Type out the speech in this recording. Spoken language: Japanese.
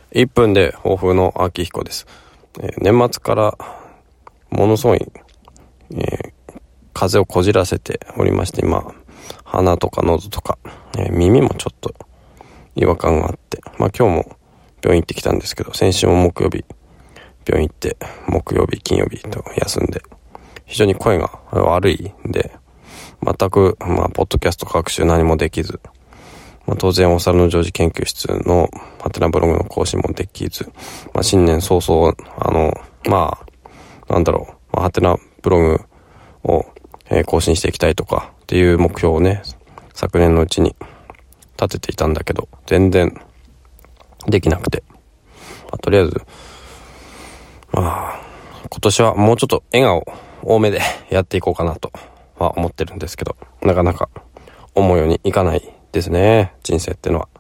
1分で抱負の秋彦です。年末からものすごい、風邪をこじらせておりまして、今鼻とか喉とか、耳もちょっと違和感があって、今日も病院行ってきたんですけど、先週も木曜日病院行って、木曜日金曜日と休んで、非常に声が悪いんで、全くポッドキャスト各種何もできず、当然お猿のジョージ研究室のハテナブログの更新もできず、新年早々ハテナブログを、更新していきたいとかっていう目標をね、昨年のうちに立てていたんだけど、全然できなくて、とりあえず今年はもうちょっと笑顔多めでやっていこうかなとは思ってるんですけど、なかなか思うようにいかないですね、人生ってのは。